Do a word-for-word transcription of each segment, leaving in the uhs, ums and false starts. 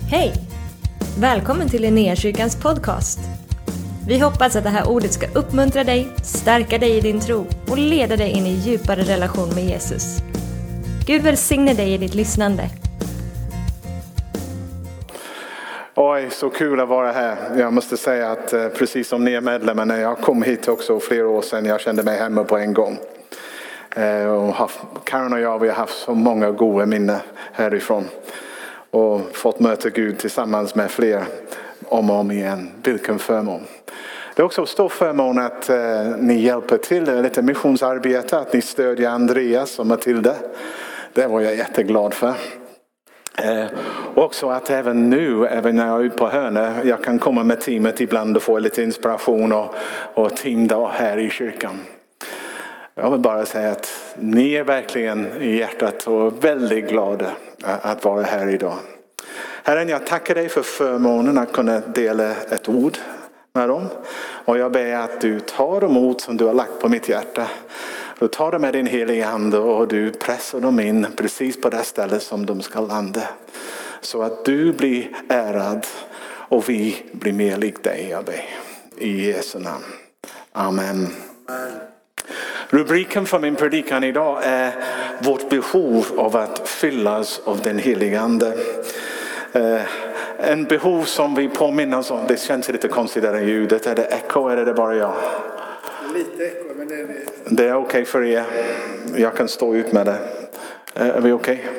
Hej! Välkommen till Linnéakyrkans podcast. Vi hoppas att det här ordet ska uppmuntra dig, stärka dig i din tro och leda dig in i djupare relation med Jesus. Gud välsigne dig i ditt lyssnande. Oj, så kul att vara här. Jag måste säga att precis som ni är medlemmar, när jag kom hit också flera år sedan, jag kände mig hemma på en gång. Och haft, Karen och jag, vi har haft så många goda minnen härifrån. Och fått möta Gud tillsammans med fler om och om igen. Vilken förmån. Det är också stor förmån att eh, ni hjälper till lite missionsarbete. Att ni stödjer Andreas och Matilda. Det var jag jätteglad för. Eh, också att även nu, även när jag är ute på Hönö, jag kan komma med teamet ibland och få lite inspiration och, och teamdag här i kyrkan. Jag vill bara säga att ni är verkligen i hjärtat och väldigt glada att vara här idag. Herren, jag tackar dig för förmånen att kunna dela ett ord med dem. Och jag ber att du tar de ord som du har lagt på mitt hjärta. Du tar dem med din heliga ande och du pressar dem in precis på det stället som de ska landa. Så att du blir ärad och vi blir mer lik dig, jag ber. I Jesu namn. Amen. Rubriken för min predikan idag är vårt behov av att fyllas av den heliga ande. Eh, en behov som vi påminner om. Det känns lite konstigt där ljudet. Är det echo eller är det bara jag? Lite echo, men det är det. Det är okej okay för er. Jag kan stå ut med det. Är vi okej? Okay?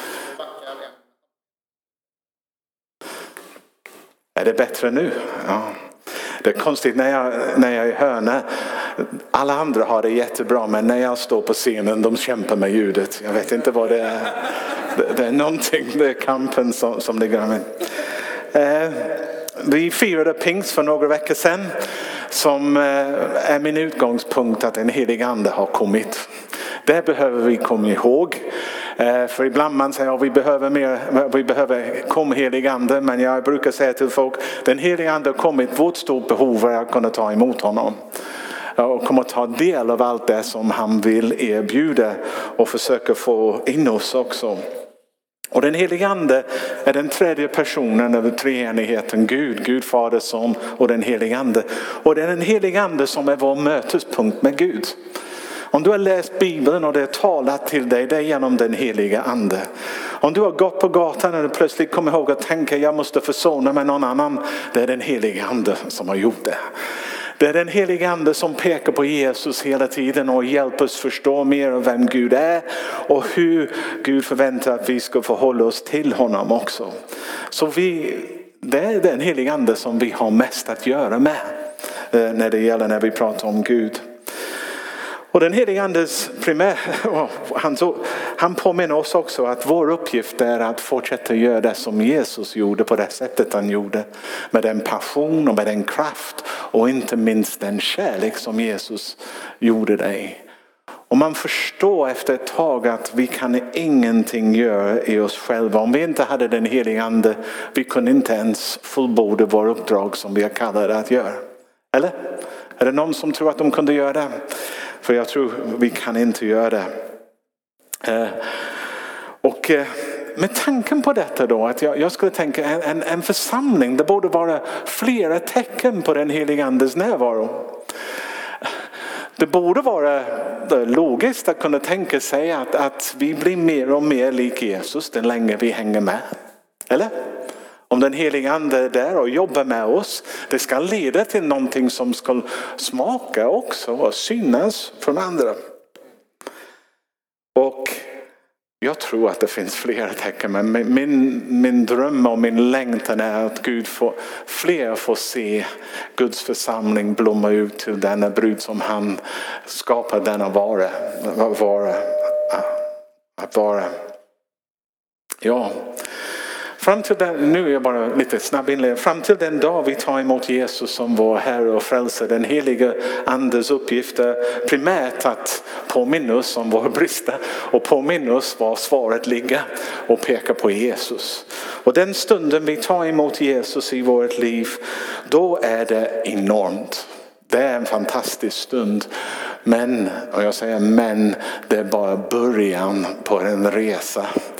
Är det bättre nu? Ja. Det är konstigt när jag, när jag är Hönö. Alla andra har det jättebra, men när jag står på scenen, de kämpar med ljudet. Jag vet inte vad det är. Det, det är någonting, det är kampen som, som ligger med. Eh, vi firade pingst för några veckor sedan. Som eh, är min utgångspunkt att en helig ande har kommit. Det behöver vi komma ihåg. Eh, för ibland man säger att vi behöver mer, vi behöver komma helig ande. Men jag brukar säga till folk, den heliga ande har kommit, vårt stort behov är att kunna ta emot honom. Och kommer att ta del av allt det som han vill erbjuda och försöka få in oss också. Och den heliga ande är den tredje personen över treenigheten Gud, Gud, Fader, Son och den heliga ande. Och det är den heliga ande som är vår mötespunkt med Gud. Om du har läst Bibeln och det är talat till dig, det är genom den heliga ande. Om du har gått på gatan och plötsligt kommer ihåg att tänka jag måste försona med någon annan, det är den heliga ande som har gjort det. Det är den heliga ande som pekar på Jesus hela tiden och hjälper oss förstå mer om vem Gud är och hur Gud förväntar att vi ska förhålla oss till honom också. Så vi, det är den heliga ande som vi har mest att göra med när det gäller när vi pratar om Gud. Och den heliga andes primär, han, så, han påminner oss också att vår uppgift är att fortsätta göra det som Jesus gjorde på det sättet han gjorde. Med den passion och med den kraft och inte minst den kärlek som Jesus gjorde dig. Och man förstår efter ett tag att vi kan ingenting göra i oss själva. Om vi inte hade den heliga ande, vi kunde inte ens fullborda vår uppdrag som vi har kallat det att göra. Eller? Är det någon som tror att de kunde göra det? För jag tror vi kan inte göra det. Eh, och eh, med tanken på detta då, att jag, jag skulle tänka en, en, en församling, det borde vara flera tecken på den heliga andes närvaro. Det borde vara logiskt att kunna tänka sig att, att vi blir mer och mer lik Jesus den längre vi hänger med. Eller? Om den heliga ande är där och jobbar med oss, det ska leda till någonting som ska smaka också och synas från andra. Och jag tror att det finns flera tecken, men min, min dröm och min längtan är att Gud får, fler får se Guds församling blomma ut till denna brud som han skapar denna vara. vara att vara. Ja. Fram till den, nu är jag bara lite snabb inledning. Fram till den dag vi tar emot Jesus som vår Herre och frälsare, den heliga andes uppgift är primärt att påminna oss om våra brister och påminna oss var svaret ligger och peka på Jesus. Och den stunden vi tar emot Jesus i vårt liv, då är det enormt. Det är en fantastisk stund. Men, och jag säger men, det är bara början på en resa.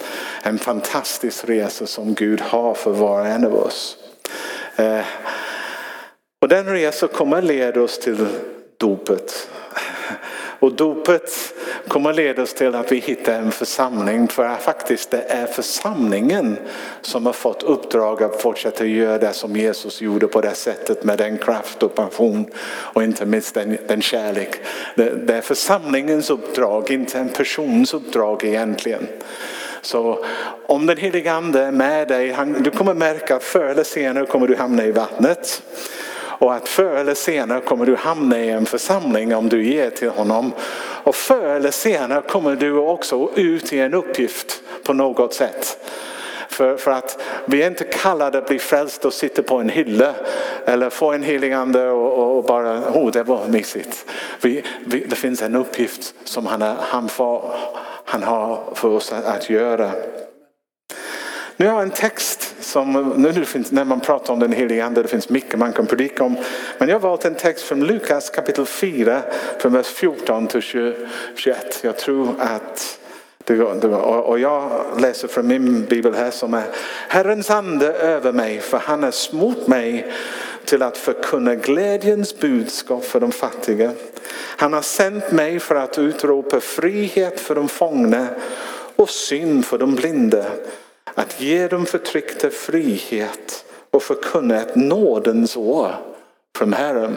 en fantastisk resa som Gud har för var och en av oss. Eh, och den resan kommer leda oss till dopet. Och dopet kommer leda oss till att vi hittar en församling. För faktiskt det är församlingen som har fått uppdrag att fortsätta göra det som Jesus gjorde på det sättet. Med den kraft och passion och inte minst den, den kärlek. Det, det är församlingens uppdrag, inte en persons uppdrag egentligen. Så om den helige ande är med dig, du kommer märka att förr eller senare kommer du hamna i vattnet. Och att förr eller senare kommer du hamna i en församling om du ger till honom. Och förr eller senare kommer du också ut i en uppgift på något sätt. För, för att vi är inte kallade att bli frälst och sitta på en hylla. Eller få en helig ande och, och bara, oh det var mysigt. Vi, vi, det finns en uppgift som han, är, han, får, han har för oss att, att göra. Nu har jag en text som, nu finns, när man pratar om den heliga ande, det finns mycket man kan predika om. Men jag har valt en text från Lukas kapitel fyra, från vers fjorton till tjugoett. Jag tror att det går, det går. Och jag läser från min bibel här som är: Herrens ande över mig, för han har smort mig till att förkunna glädjens budskap för de fattiga. Han har sänt mig för att utropa frihet för de fångna och syn för de blinda. Att ge dem förtryckta frihet och förkunna ett nådens år från Herren.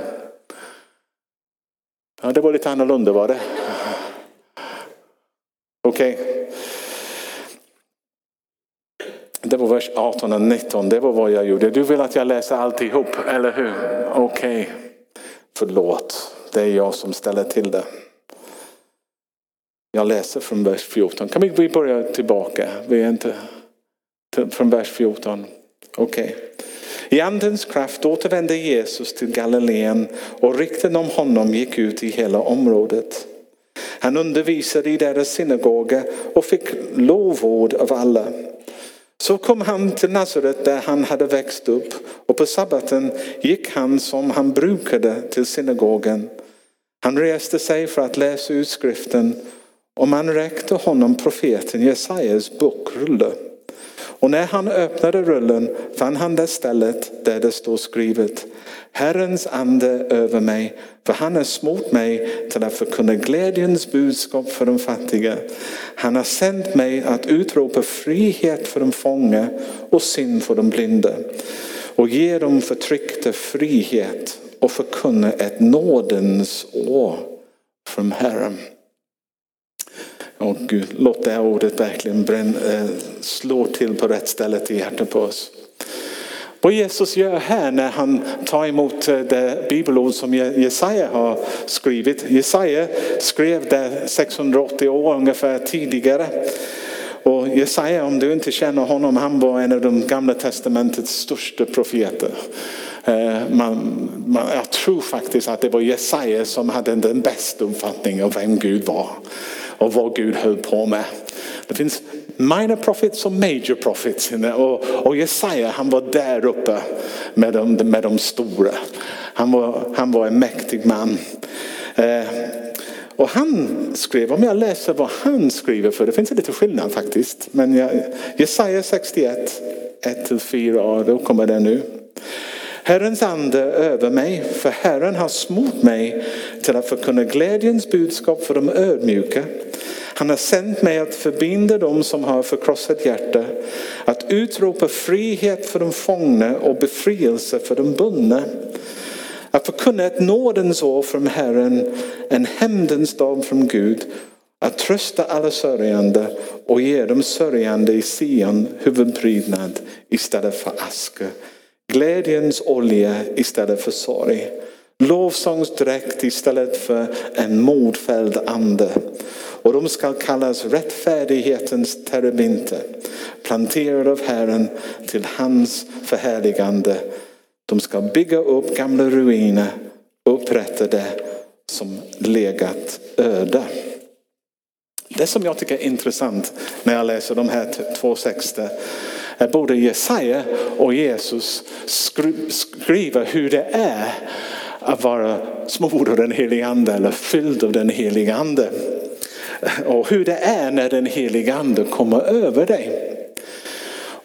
Ja, det var lite annorlunda, var det? Okej. Okay. Det var vers arton och nitton, det var vad jag gjorde. Du vill att jag läser alltihop, eller hur? Okej. Okay. Förlåt, det är jag som ställer till det. Jag läser från vers fjorton. Kan vi börja tillbaka? Vi är inte... Från vers fjorton. Okej. Okay. I andens kraft återvände Jesus till Galileen och rykten om honom gick ut i hela området. Han undervisade i deras synagoga och fick lovord av alla. Så kom han till Nazaret där han hade växt upp, och på sabbaten gick han som han brukade till synagogan. Han reste sig för att läsa ut skriften, och man räckte honom profeten Jesajas bokrulle. Och när han öppnade rullen fann han det stället där det står skrivet: Herrens ande över mig, för han har smort mig till att förkunna glädjens budskap för de fattiga. Han har sänt mig att utropa frihet för de fånga och syn för de blinda. Och ge dem förtryckta frihet och förkunna ett nådens år från Herren. Och Gud, låt det här ordet verkligen bränn, äh, slå till på rätt ställe i hjärtat på oss. Vad Jesus gör här när han tar emot det bibelord som Jesaja har skrivit. Jesaja skrev det sexhundraåttio år ungefär tidigare. Och Jesaja, om du inte känner honom, han var en av de gamla testamentets största profeter. Man, man, jag tror faktiskt att det var Jesaja som hade den bästa uppfattningen av vem Gud var. Och vad Gud höll på med. Det finns minor prophets och major prophets. Och, och Jesaja, han var där uppe med de, med de stora. Han var, han var en mäktig man. Eh, och han skrev, om jag läser vad han skriver, för det finns lite skillnad faktiskt. Men jag, Jesaja sextioett, ett till fyra, då kommer det nu. Herrens ande över mig, för Herren har smort mig till att förkunna glädjens budskap för de ödmjuka. Han har sänt mig att förbinda dem som har förkrossat hjärta, att utropa frihet för de fångna och befrielse för de bundna. Att förkunna ett nådens år från Herren, en hämndens dag från Gud. Att trösta alla sörjande och ge dem sörjande i Sion huvudprydnad istället för aska. Glädjens olja istället för sorg. Lovsångsdräkt istället för en modfälld ande. Och de ska kallas rättfärdighetens terebinte. Planterade av Herren till hans förhärligande. De ska bygga upp gamla ruiner. Upprätta det som legat öde. Det som jag tycker är intressant när jag läser de här två texterna är både Jesaja och Jesus skriver hur det är att vara smord av den heliga ande eller fylld av den heliga ande. Och hur det är när den heliga ande kommer över dig.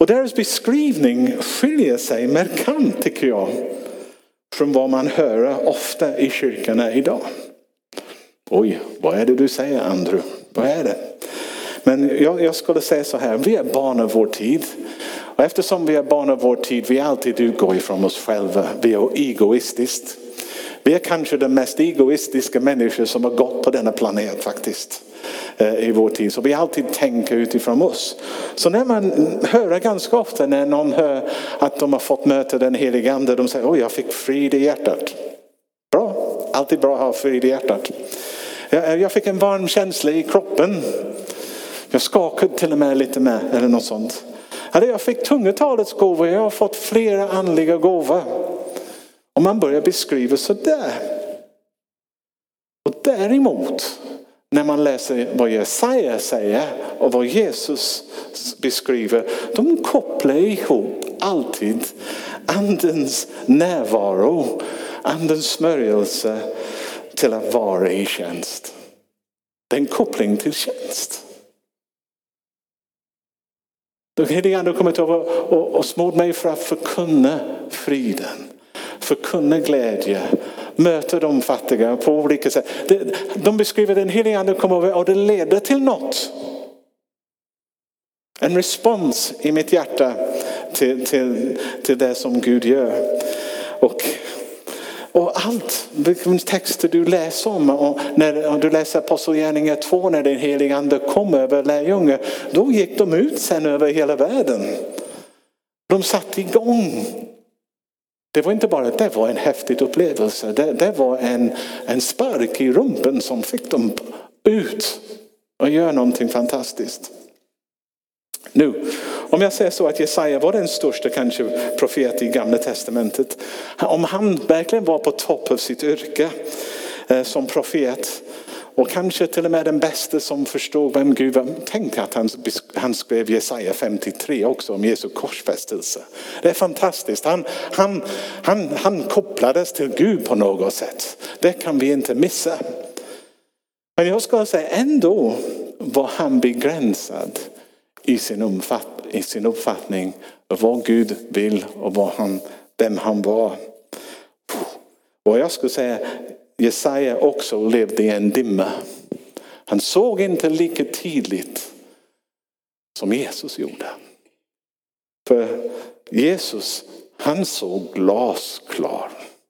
Och deras beskrivning skiljer sig markant, tycker jag, från vad man hör ofta i kyrkorna idag. Oj, vad är det du säger, Andrew? Vad är det? Men jag, jag skulle säga så här, vi är barn av vår tid. Och eftersom vi är barn av vår tid, vi alltid utgår ifrån oss själva. Vi är egoistiskt. Vi är kanske den mest egoistiska människor som har gått på denna planet faktiskt. I vår tid. Så vi alltid tänker utifrån oss. Så när man hör ganska ofta när någon hör att de har fått möta den helige ande. De säger, oj, jag fick frid i hjärtat. Bra, alltid bra att ha frid i hjärtat. Jag, jag fick en varm känsla i kroppen. Jag skakade till och med lite med eller något sånt. Eller jag fick tungetalets gåvor. Jag har fått flera andliga gåvor. Och man börjar beskriva så där. Och däremot, när man läser vad Jesaja säger och vad Jesus beskriver, de kopplar ihop alltid andens närvaro, andens smörjelse till att vara i tjänst. Det är en koppling till tjänst. Då är det ändå kommit över och, och smord mig för att förkunna friden. Förkunna glädje. Möta de fattiga på olika sätt. De beskriver den heliga ande kommer över och det leder till något. En respons i mitt hjärta till, till, till det som Gud gör. Och, och allt, vilken texter du läser om. Och när du läser Apostlagärningarna två, när den heliga ande kom över lärjungar, då gick de ut sen över hela världen. De satte igång. Det var inte bara att det var en häftig upplevelse. Det, det var en, en spark i rumpen som fick dem ut och göra någonting fantastiskt. Nu, om jag säger så att Jesaja var den största kanske profet i Gamla testamentet. Om han verkligen var på topp av sitt yrke eh, som profet. Och kanske till och med den bästa som förstod vem Gud var. Tänk att han, han skrev Jesaja femtiotre också om Jesu korsfästelse. Det är fantastiskt. Han, han, han, han kopplades till Gud på något sätt. Det kan vi inte missa. Men jag ska säga ändå var han begränsad i sin, uppfatt, i sin uppfattning av vad Gud vill och vad han, vem han var. Och jag skulle säga Jesaja också levde i en dimma. Han såg inte lika tydligt som Jesus gjorde. För Jesus, han såg glasklar.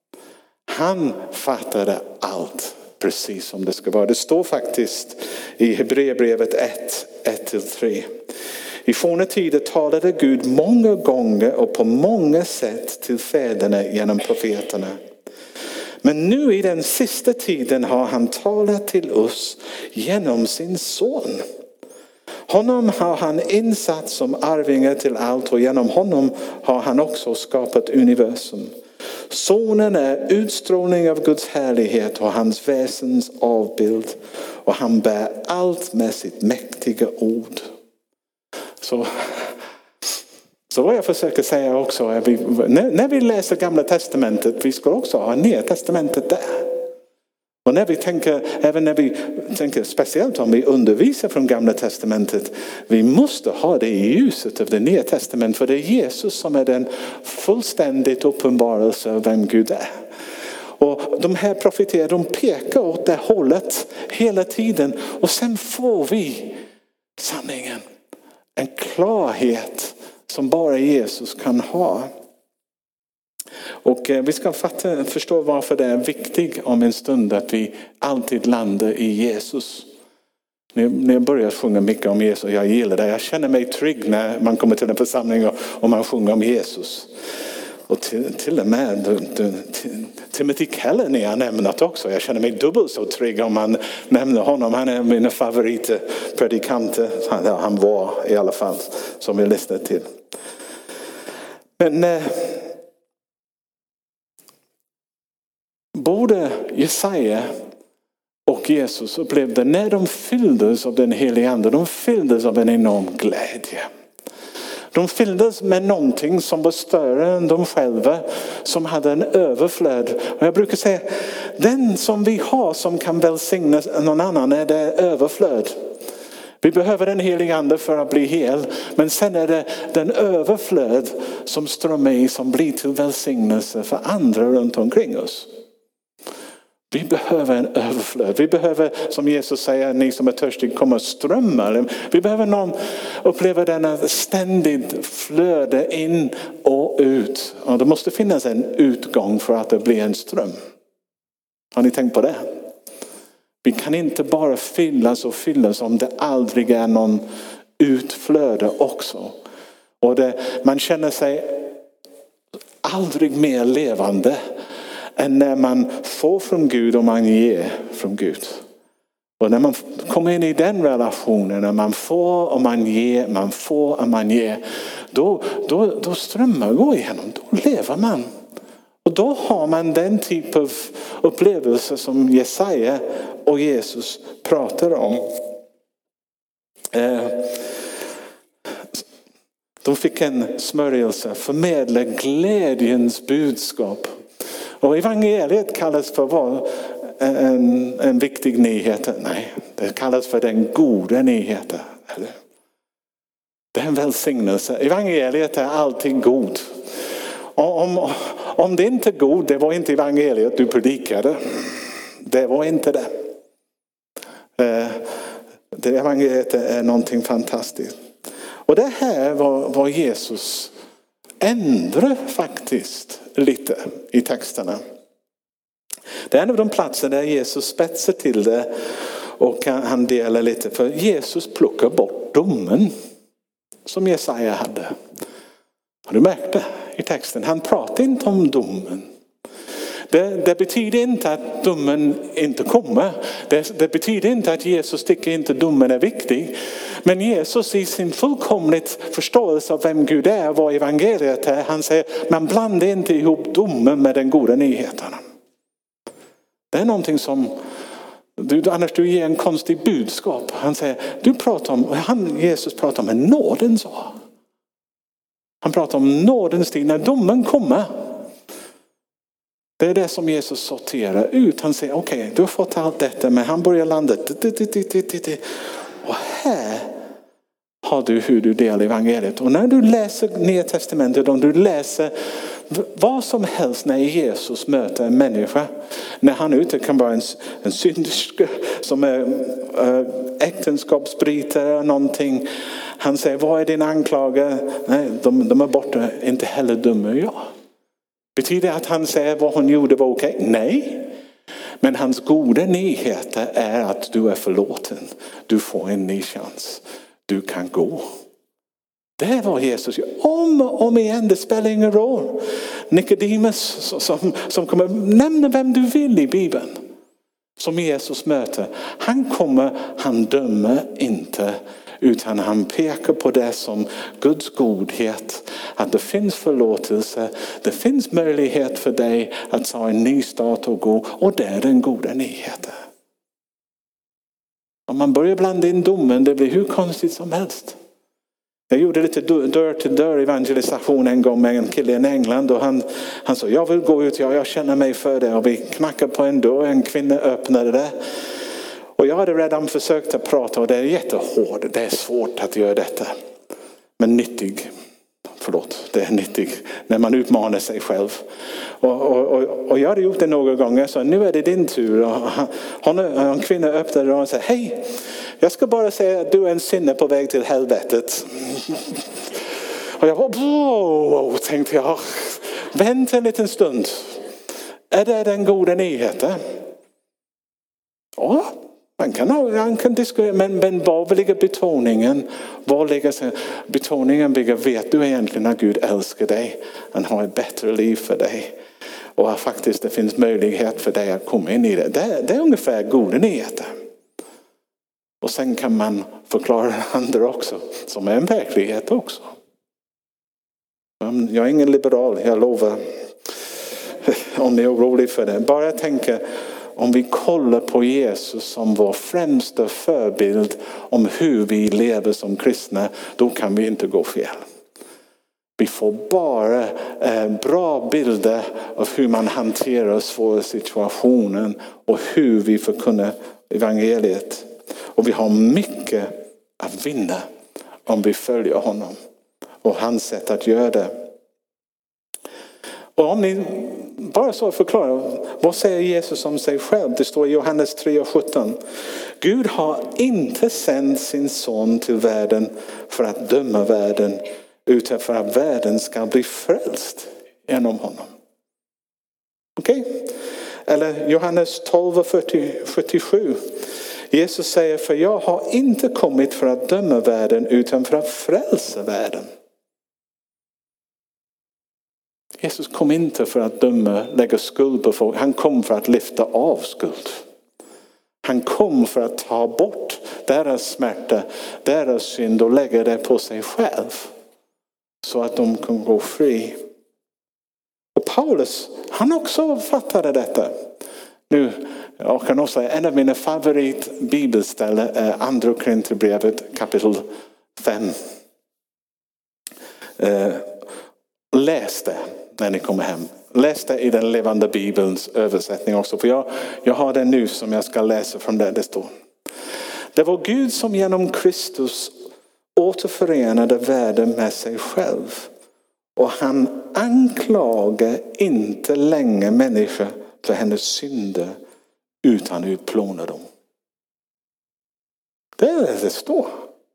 Han fattade allt precis som det ska vara. Det står faktiskt i Hebreerbrevet ett, ett till tre. I forna tider talade Gud många gånger och på många sätt till fäderna genom profeterna. Men nu i den sista tiden har han talat till oss genom sin son. Honom har han insatt som arvinge till allt och genom honom har han också skapat universum. Sonen är utstrålning av Guds härlighet och hans väsens avbild och han bär allt med sitt mäktiga ord. Så... Så vad jag försöker säga också är vi, när, när vi läser Gamla testamentet, vi ska också ha Nya testamentet där. Och när vi tänker, även när vi tänker speciellt om vi undervisar från Gamla testamentet, vi måste ha det i ljuset av det Nya testamentet. För det är Jesus som är den fullständigt uppenbarelse av vem Gud är. Och de här profeterna, de pekar åt det hållet hela tiden. Och sen får vi sanningen, en klarhet som bara Jesus kan ha. Och vi ska fatta, förstå varför det är viktigt om en stund att vi alltid landar i Jesus. När jag börjar sjunga mycket om Jesus, jag gillar det. Jag känner mig trygg när man kommer till en församling och, och man sjunger om Jesus. Och till, till och med du, du, Timothy Keller när jag nämnat också. Jag känner mig dubbelt så trygg om man nämner honom. Han är mina favoritpredikanter. Han, han var i alla fall som vi lyssnade till. Men eh, både Jesaja och Jesus upplevde när de fylldes av den helige ande, de fylldes av en enorm glädje. De fylldes med någonting som var större än de själva, som hade en överflöd. Och jag brukar säga, den som vi har som kan välsigna någon annan är det överflöd. Vi behöver en helig ande för att bli hel. Men sen är det den överflöd som strömmar i som blir till välsignelse för andra runt omkring oss. Vi behöver en överflöd. Vi behöver, som Jesus säger, ni som är törstiga kommer strömma. Vi behöver någon uppleva denna ständigt flöde in och ut. Och det måste finnas en utgång för att det blir en ström. Har ni tänkt på det? Vi kan inte bara fyllas och fyllas om det aldrig är någon utflöde också. Och det, man känner sig aldrig mer levande än när man får från Gud och man ger från Gud. Och när man kommer in i den relationen, när man får och man ger, man får och man ger, då, då, då strömmar går igenom, då lever man. Och då har man den typ av upplevelse som Jesaja och Jesus pratar om. De fick en smörjelse, förmedla glädjens budskap. Och evangeliet kallas för vad? En, en viktig nyhet. Nej, det kallas för den goda nyheten. Eller? Det är en välsignelse. Evangeliet är alltid god. Om, om det inte är god, det var inte evangeliet du predikade. Det var inte det. Det evangeliet är någonting fantastiskt. Och det här var, var Jesus ändrar faktiskt lite i texterna. Det är en av de platser där Jesus spetsar till det och han delar lite. För Jesus plockar bort domen som Jesaja hade. Har du märkt det i texten? Han pratar inte om domen. Det, det betyder inte att domen inte kommer. Det, det betyder inte att Jesus tycker inte domen är viktig. Men Jesus i sin fullkomligt förståelse av vem Gud är och vad evangeliet är. Han säger, man blandar inte ihop domen med den goda nyheten. Det är någonting som, du, annars du ger en konstig budskap. Han säger, du pratar om, han, Jesus pratar om en nådens år. Han pratar om nådens tid när domen kommer. Det är det som Jesus sorterar ut. Han säger, okej, okay, du har fått allt detta, men han börjar landa. Och här har du hur du delar evangeliet. Och när du läser Nya testamentet, om du läser vad som helst när Jesus möter en människa. När han är ute kan vara en, en synderska som är äh, äktenskapsbrytare eller någonting. Han säger, vad är din anklagare? Nej, de, de är borta, inte heller dömer jag. Betyder det att han säger vad hon gjorde var okej? Okay? Nej. Men hans goda nyheter är att du är förlåten. Du får en ny chans. Du kan gå. Det är vad Jesus gör. Om och om igen, det spelar ingen roll. Nikodemus som, som kommer nämna vem du vill i Bibeln. Som Jesus möter. Han kommer, han dömer inte. Utan han pekar på det som Guds godhet. Att det finns förlåtelse. Det finns möjlighet för dig att ta en ny start och gå. Och det är den goda nyheten. Om man börjar blanda in domen, det blir hur konstigt som helst. Jag gjorde lite dörr till dörr evangelisation en gång med en kille i England. Och han, han sa, jag vill gå ut, ja, jag känner mig för det. Och vi knackade på en dörr, en kvinna öppnade det. Och jag hade redan försökt att prata och det är jättehårt. Det är svårt att göra detta. Men nyttig. Förlåt, det är nyttig. När man utmanar sig själv. Och, och, och, och jag hade gjort det några gånger. Så nu är det din tur. Och hon, en kvinna öppnade och sa, hej. Jag ska bara säga att du är en sinne på väg till helvetet. Och jag var, wow, tänkte jag. Vänta en liten stund. Är det den goda nyheten? Ja. Man kan, man kan diskutera, men, men var ligger betoningen? Var ligger betoningen? Ligger, vet du egentligen att Gud älskar dig? Han har ett bättre liv för dig. Och att faktiskt det finns möjlighet för dig att komma in i det. Det, det är ungefär goda nyheter. Och sen kan man förklara andra också. Som är en verklighet också. Jag är ingen liberal, jag lovar. Om ni är orolig för det. Bara jag tänker... Om vi kollar på Jesus som vår främsta förebild om hur vi lever som kristna, då kan vi inte gå fel. Vi får bara eh, bra bilder av hur man hanterar svåra situationer och hur vi förkunnar evangeliet. Och vi har mycket att vinna om vi följer honom och hans sätt att göra det. Och om ni bara så förklarar, vad säger Jesus om sig själv? Det står i Johannes tre och sjutton. Gud har inte sänt sin son till världen för att döma världen, utan för att världen ska bli frälst genom honom. Okej? Okay? Eller Johannes tolv och sjuttiosju. Jesus säger, för jag har inte kommit för att döma världen, utan för att frälsa världen. Jesus kom inte för att döma, lägga skuld på folk. Han kom för att lyfta av skuld. Han kom för att ta bort deras smärta, deras synd och lägga det på sig själv. Så att de kan gå fri. Och Paulus, han också fattade detta. Nu, jag kan också säga, en av mina favoritbibelställen är Andra Korinthierbrevet kapitel fem. Eh, läs det när ni kommer hem. Läs det i den levande bibelns översättning också. För jag, jag har den nu som jag ska läsa från där det står. Det var Gud som genom Kristus återförenade världen med sig själv. Och han anklagar inte längre människor för hennes synder, utan utplånar dem. Det är det det står.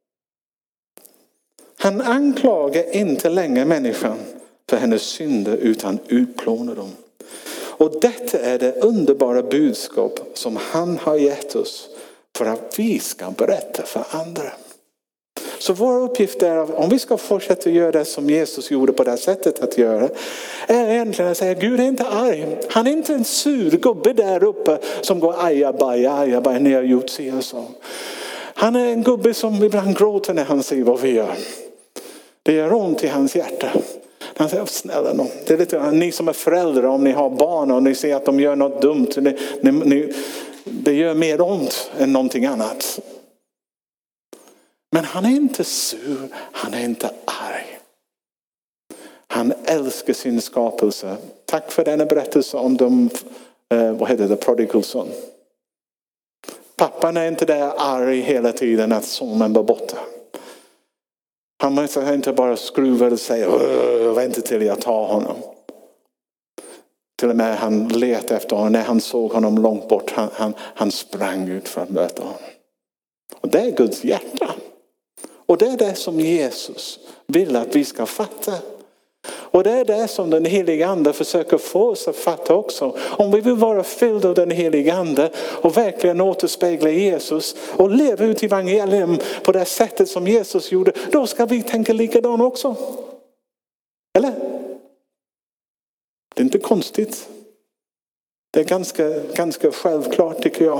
Han anklagar inte längre människan för hennes synder, utan utplånar dem. Och detta är det underbara budskap som han har gett oss för att vi ska berätta för andra. Så vår uppgift är, om vi ska fortsätta göra det som Jesus gjorde på det här sättet att göra, är egentligen att säga, Gud är inte arg. Han är inte en sur gubbe där uppe som går ajabaja, ajabaja, ni har gjort sig och så. Han är en gubbe som ibland gråter när han ser vad vi gör. Det gör ont i hans hjärta. Han säger, snälla någon. Det är lite, ni som är föräldrar, om ni har barn och ni ser att de gör något dumt, ni, ni, ni, det gör mer ont än någonting annat. Men han är inte sur, han är inte arg. Han älskar sin skapelse. Tack för denna berättelse om de, eh, vad heter det, prodigal son. Pappan är inte där arg hela tiden att sonen var borta. Han måste inte bara skruva och säga, vänta till jag tar honom. Till och med han letade efter honom. När han såg honom långt bort, han, han, han sprang ut för att möta honom. Och det är Guds hjärta. Och det är det som Jesus vill att vi ska fatta. Och det är det som den heliga ande försöker få oss att fatta också. Om vi vill vara fyllda av den heliga ande och verkligen återspegla Jesus och leva ut evangelium på det sättet som Jesus gjorde, då ska vi tänka likadant också. Eller? Det är inte konstigt. Det är ganska, ganska självklart tycker jag.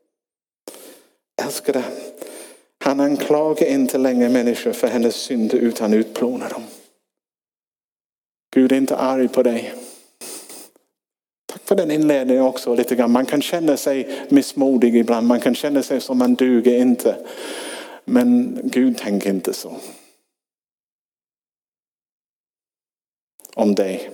Jag älskar det. Han anklagar inte längre människor för hennes synder utan utplånar dem. Gud är inte arg på dig. Tack för den inledningen också lite grann. Man kan känna sig missmodig ibland. Man kan känna sig som man duger inte. Men Gud tänker inte så. Om dig.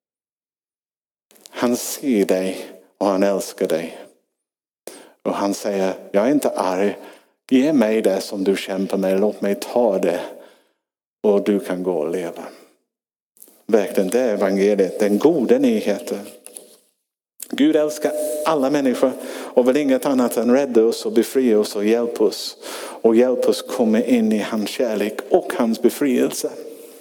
Han ser dig och han älskar dig. Och han säger, jag är inte arg. Ge mig det som du kämpar med. Låt mig ta det. Och du kan gå och leva. Verkligen, det är evangeliet. Den goda nyheten. Gud älskar alla människor. Och vill inget annat än rädda oss och befria oss och hjälpa oss. Och hjälpa oss komma in i hans kärlek och hans befrielse.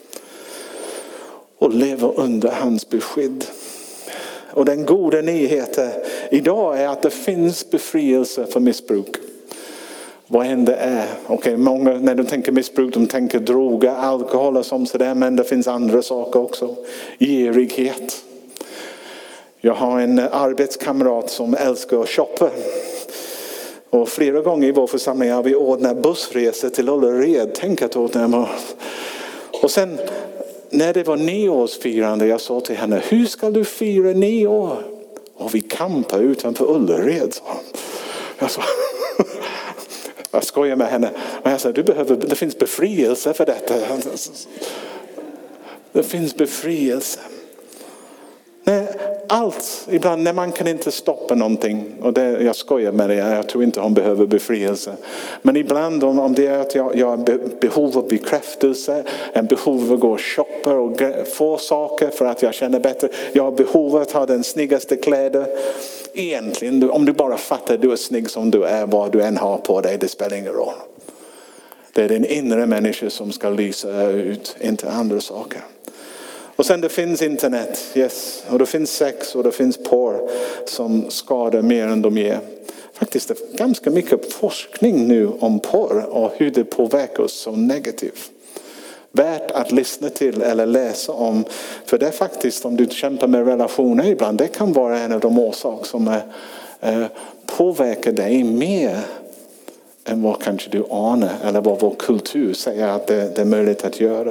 Och leva under hans beskydd. Och den goda nyheten idag är att det finns befrielse för missbruk. Vad än det är. Okej, många när de tänker missbruk, de tänker droger, alkohol och sånt sådär. Men det finns andra saker också. Girighet. Jag har en arbetskamrat som älskar att shoppa. Och flera gånger i vår församling har vi ordnat bussresor till Ullared. Tänk att ordna. Och sen när det var nyårsfirande, jag sa till henne, hur ska du fira nyår? Och vi campar utanför Ullared. Jag sa, jag skojar med henne. Och jag sa, du behöver, det finns befrielse för detta. Det finns befrielse. Nej, allt, ibland när man kan inte stoppa någonting, och det, jag skojar med det, jag tror inte hon behöver befrielse. Men ibland om, om det är att jag, jag har behov av bekräftelse, en behov av att gå och shoppa och få saker för att jag känner bättre. Jag har behov av att ha den snyggaste kläder. Egentligen, om du bara fattar att du är snygg som du är, vad du än har på dig, det spelar ingen roll. Det är din inre människa som ska lysa ut, inte andra saker. Och sen det finns internet, yes. Och det finns sex och det finns porr som skadar mer än de ger. Faktiskt det är ganska mycket forskning nu om porr och hur det påverkar oss så negativt. Värt att lyssna till eller läsa om. För det är faktiskt, om du kämpar med relationer ibland, det kan vara en av de orsaker som är, eh, påverkar dig mer än vad kanske du anar eller vad vår kultur säger att det, det är möjligt att göra.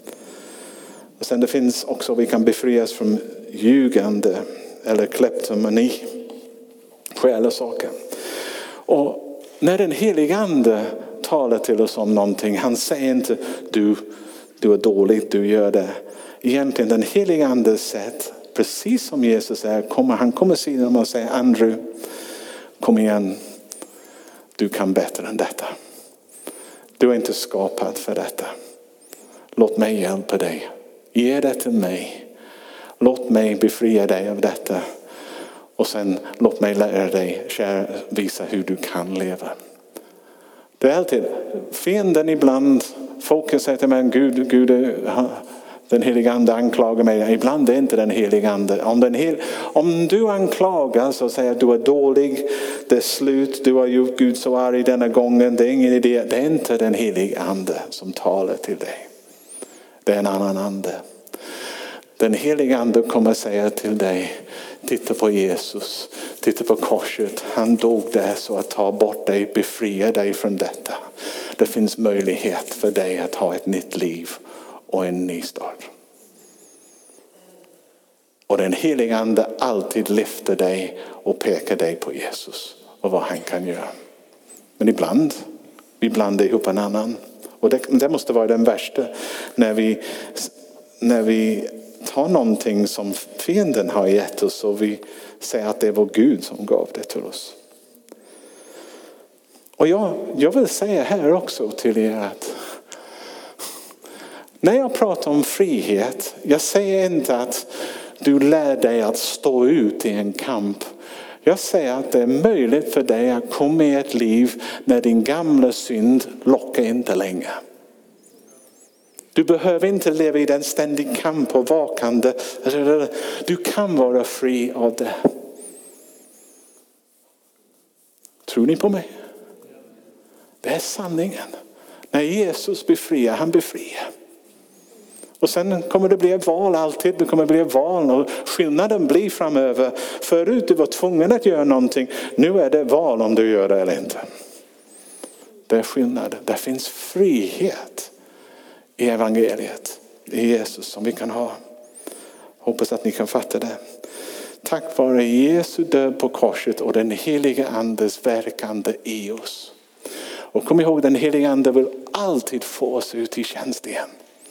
Och sen det finns också, vi kan befrias från ljugande eller kleptomani, stjäla saker. Och när den helige ande talar till oss om någonting, han säger inte du, du är dålig, du gör det. Egentligen den helige ande sätt, precis som Jesus är, kommer, han kommer sidan och säger Andrew, kom igen, du kan bättre än detta. Du är inte skapad för detta. Låt mig hjälpa dig. Ge det till mig. Låt mig befria dig av detta. Och sen låt mig lära dig, visa hur du kan leva. Det är alltid, fienden ibland, folk säger till mig, Gud, Gud, den helige ande anklagar mig. Ibland är det inte den helige ande. Om, den hel, om du anklagar så säger att du är dålig, det är slut, du har gjort Gud så arg denna gången, det är ingen idé. Det är inte den helige ande som talar till dig. Det är en annan ande. Den helige ande kommer säga till dig, titta på Jesus, titta på korset. Han dog där så att ta bort dig, befria dig från detta. Det finns möjlighet för dig att ha ett nytt liv och en ny start. Och den helige ande alltid lyfter dig och pekar dig på Jesus och vad han kan göra. Men ibland, vi blandar ihop en annan. Och det, det måste vara den värsta när vi, när vi tar någonting som fienden har gett oss och vi säger att det var Gud som gav det till oss. Och jag, jag vill säga här också till er att när jag pratar om frihet, jag säger inte att du lär dig att stå ut i en kamp. Jag säger att det är möjligt för dig att komma i ett liv när din gamla synd lockar inte längre. Du behöver inte leva i den ständig kamp och vakande. Du kan vara fri av det. Tror ni på mig? Det är sanningen. När Jesus befriar, han befriar. Och sen kommer det bli ett val alltid. Det kommer bli ett val och skillnaden blir framöver. Förut du var tvungen att göra någonting. Nu är det val om du gör det eller inte. Det är skillnad. Det finns frihet i evangeliet. I Jesus som vi kan ha. Hoppas att ni kan fatta det. Tack vare Jesu död på korset och den heliga andes verkande i oss. Och kom ihåg, den heliga ande vill alltid få oss ut i tjänst igen.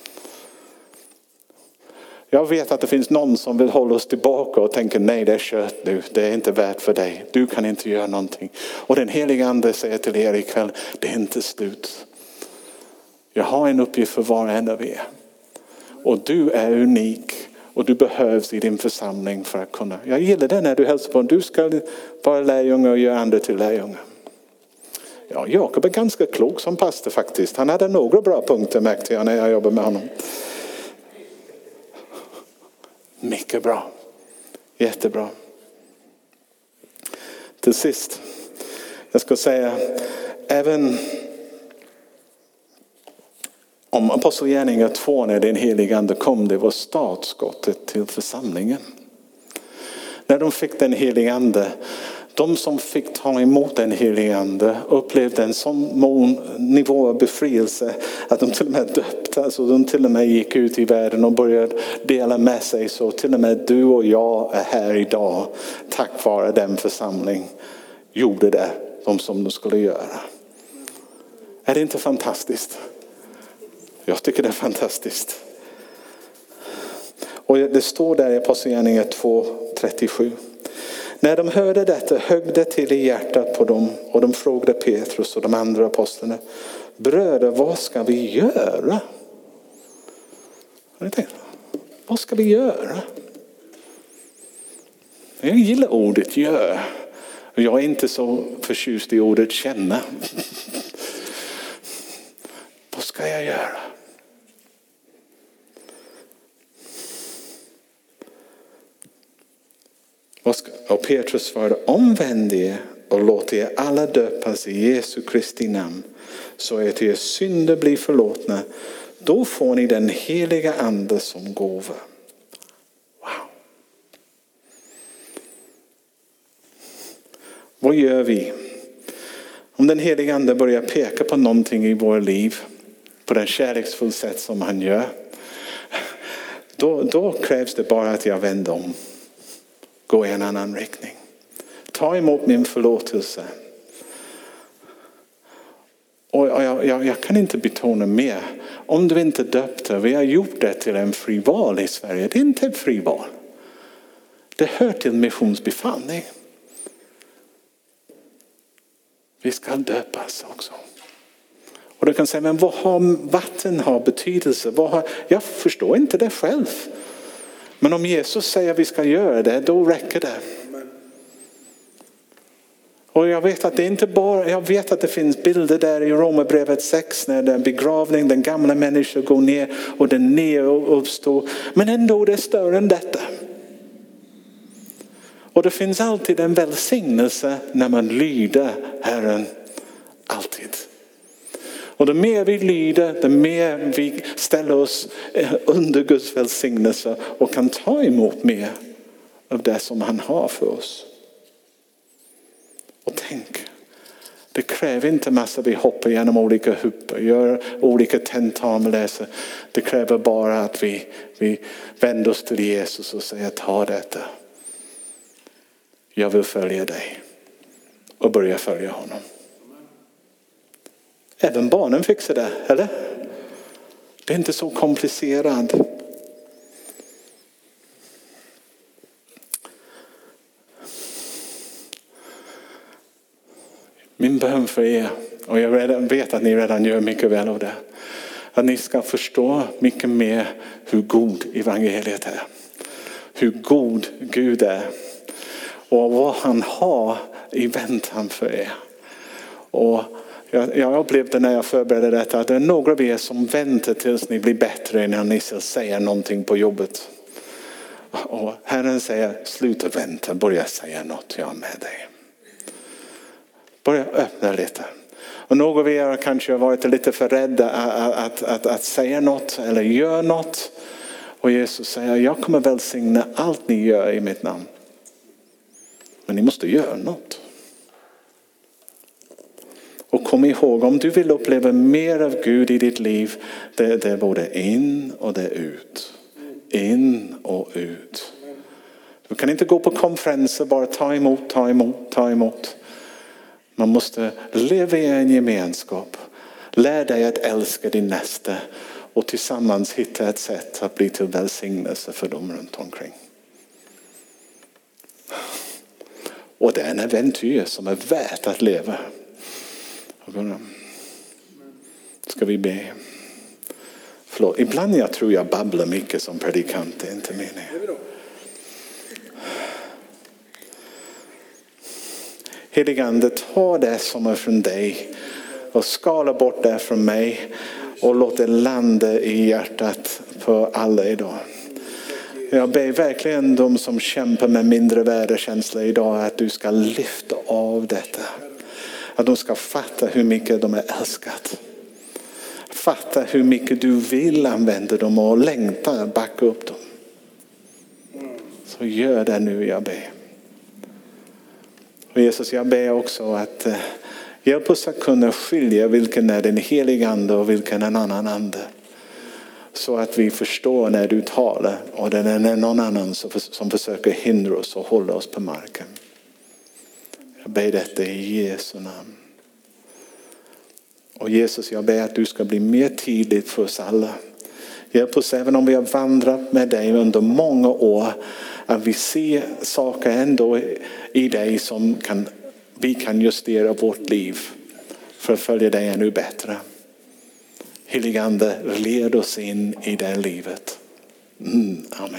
Jag vet att det finns någon som vill hålla oss tillbaka och tänker nej, det är kört nu. Det är inte värt för dig. Du kan inte göra någonting. Och den heliga ande säger till er ikväll, det är inte slut. Jag har en uppgift för var och en av er. Och du är unik. Och du behövs i din församling för att kunna. Jag gillar det när du hälsar på. Du ska vara lärjunge och göra andra till lärjunge. Ja, Jakob är ganska klok som pastor faktiskt. Han hade några bra punkter märkte jag när jag jobbade med honom. Mycket bra. Jättebra. Till sist. Jag ska säga. Även om Apostlagärningarna två när den heliga ande kom. Det var startskottet till församlingen. När de fick den heliga ande. De som fick ta emot den heliga ande upplevde en sån nivå av befrielse att de till och med döpte. Alltså de till och med gick ut i världen och började dela med sig. Så till och med du och jag är här idag tack vare den församling gjorde det de som de skulle göra. Är det inte fantastiskt? Jag tycker det är fantastiskt. Och det står där i Apostlagärningarna två trettiosju. När de hörde detta högg det till i hjärtat på dem och de frågade Petrus och de andra apostlarna: bröder, vad ska vi göra? Vad ska vi göra? Jag gillar ordet gör. Jag är inte så förtjust i ordet känna. Vad ska jag göra? Och Petrus svarade: omvänd er och låt er alla döpas i Jesu Kristi namn, så att er synder blir förlåtna. Då får ni den heliga ande som gåva. Wow. Vad gör vi? Om den heliga ande börjar peka på någonting i vår liv på den kärleksfull sätt som han gör, då, då krävs det bara att jag vänder om. Gå i en annan riktning. Ta emot min förlåtelse. Och jag, jag, jag kan inte betona mer. Om du inte döpte, vi har gjort det till en frival i Sverige. Det är inte ett frival. Det hör till missionsbefallning. Vi ska döpas också. Och du kan säga, men vad har vatten har betydelse? Vad har, jag förstår inte det själv. Men om Jesus säger att vi ska göra det, då räcker det. Och jag vet att det inte bara, jag vet att det finns bilder där i Romarbrevet sex när det är en begravning, den gamla människan går ner och den nya uppstår. Men ändå det är större än detta. Och det finns alltid en välsignelse när man lyder Herren. Alltid. Och det mer vi lyder, det mer vi ställer oss under Guds välsignelse och kan ta emot mer av det som han har för oss. Och tänk, det kräver inte massa vi hoppar genom olika hupper, gör olika tentamläser. Det kräver bara att vi, vi vänder oss till Jesus och säger: ta detta. Jag vill följa dig. Och börja följa honom. Även barnen fixar det, eller? Det är inte så komplicerat. Min bön för er, och jag redan vet att ni redan gör mycket väl av det, att ni ska förstå mycket mer hur god evangeliet är. Hur god Gud är. Och vad han har i väntan för er. Och jag, jag upplevde när jag förberedde detta att det är några av er som väntar tills ni blir bättre innan ni ska säga någonting på jobbet. Och Herren säger: sluta vänta, börja säga något, jag är med dig. Börja öppna lite. Och några av er kanske har varit lite för rädda att, att, att, att säga något eller göra något. Och Jesus säger: jag kommer välsigna allt ni gör i mitt namn. Men ni måste göra något. Och kom ihåg, om du vill uppleva mer av Gud i ditt liv, det, det är både in och det är ut. In och ut. Du kan inte gå på konferenser, bara ta emot, ta emot, ta emot. Man måste leva i en gemenskap. Lär dig att älska din nästa och tillsammans hitta ett sätt att bli till välsignelse för dem runt omkring. Och det är en äventyr som är värt att leva. Ska vi be? Förlåt, ibland jag tror jag babblar mycket som predikant, det är inte meningen. Helige Ande, ta det som är från dig och skala bort det från mig och låt det landa i hjärtat på alla idag. Jag ber verkligen de som kämpar med mindre värdekänsla idag att du ska lyfta av detta. Att de ska fatta hur mycket de är älskat. Fatta hur mycket du vill använda dem och längta backa upp dem. Så gör det nu, jag ber. Och Jesus, jag ber också att uh, hjälp oss att kunna skilja vilken är den heliga ande och vilken är en annan ande. Så att vi förstår när du talar och det är någon annan som, som försöker hindra oss och hålla oss på marken. Jag ber detta i Jesu namn. Och Jesus, jag ber att du ska bli mer tydlig för oss alla. Hjälp oss även om vi har vandrat med dig under många år. Att vi ser saker ändå i dig som kan, vi kan justera vårt liv för att följa dig ännu bättre. Helige Ande, led oss in i det livet. Mm, amen.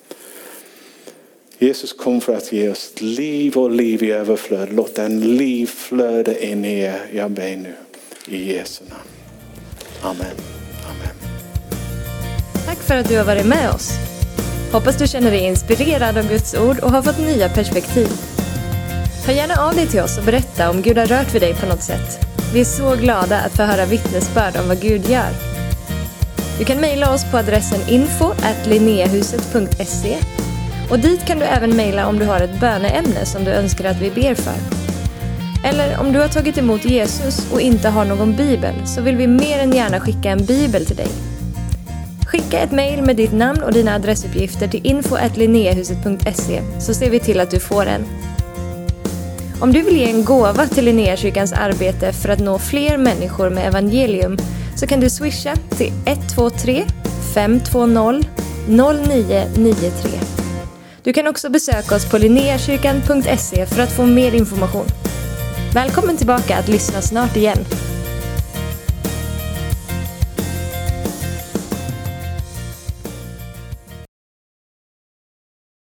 Jesus kom för att ge oss liv och liv i överflöd. Låt den liv flöda in i er. Jag ber nu i Jesu namn. Amen. Amen. Tack för att du har varit med oss. Hoppas du känner dig inspirerad av Guds ord och har fått nya perspektiv. Hör gärna av dig till oss och berätta om Gud har rört vid dig på något sätt. Vi är så glada att få höra vittnesbörd om vad Gud gör. Du kan mejla oss på adressen info at linneahuset punkt se och dit kan du även mejla om du har ett böneämne som du önskar att vi ber för. Eller om du har tagit emot Jesus och inte har någon bibel så vill vi mer än gärna skicka en bibel till dig. Skicka ett mejl med ditt namn och dina adressuppgifter till info at linneahuset punkt se så ser vi till att du får en. Om du vill ge en gåva till Linneakyrkans arbete för att nå fler människor med evangelium så kan du swisha till ett två tre fem två noll noll nio nio tre. Du kan också besöka oss på linneakyrkan punkt se för att få mer information. Välkommen tillbaka att lyssna snart igen.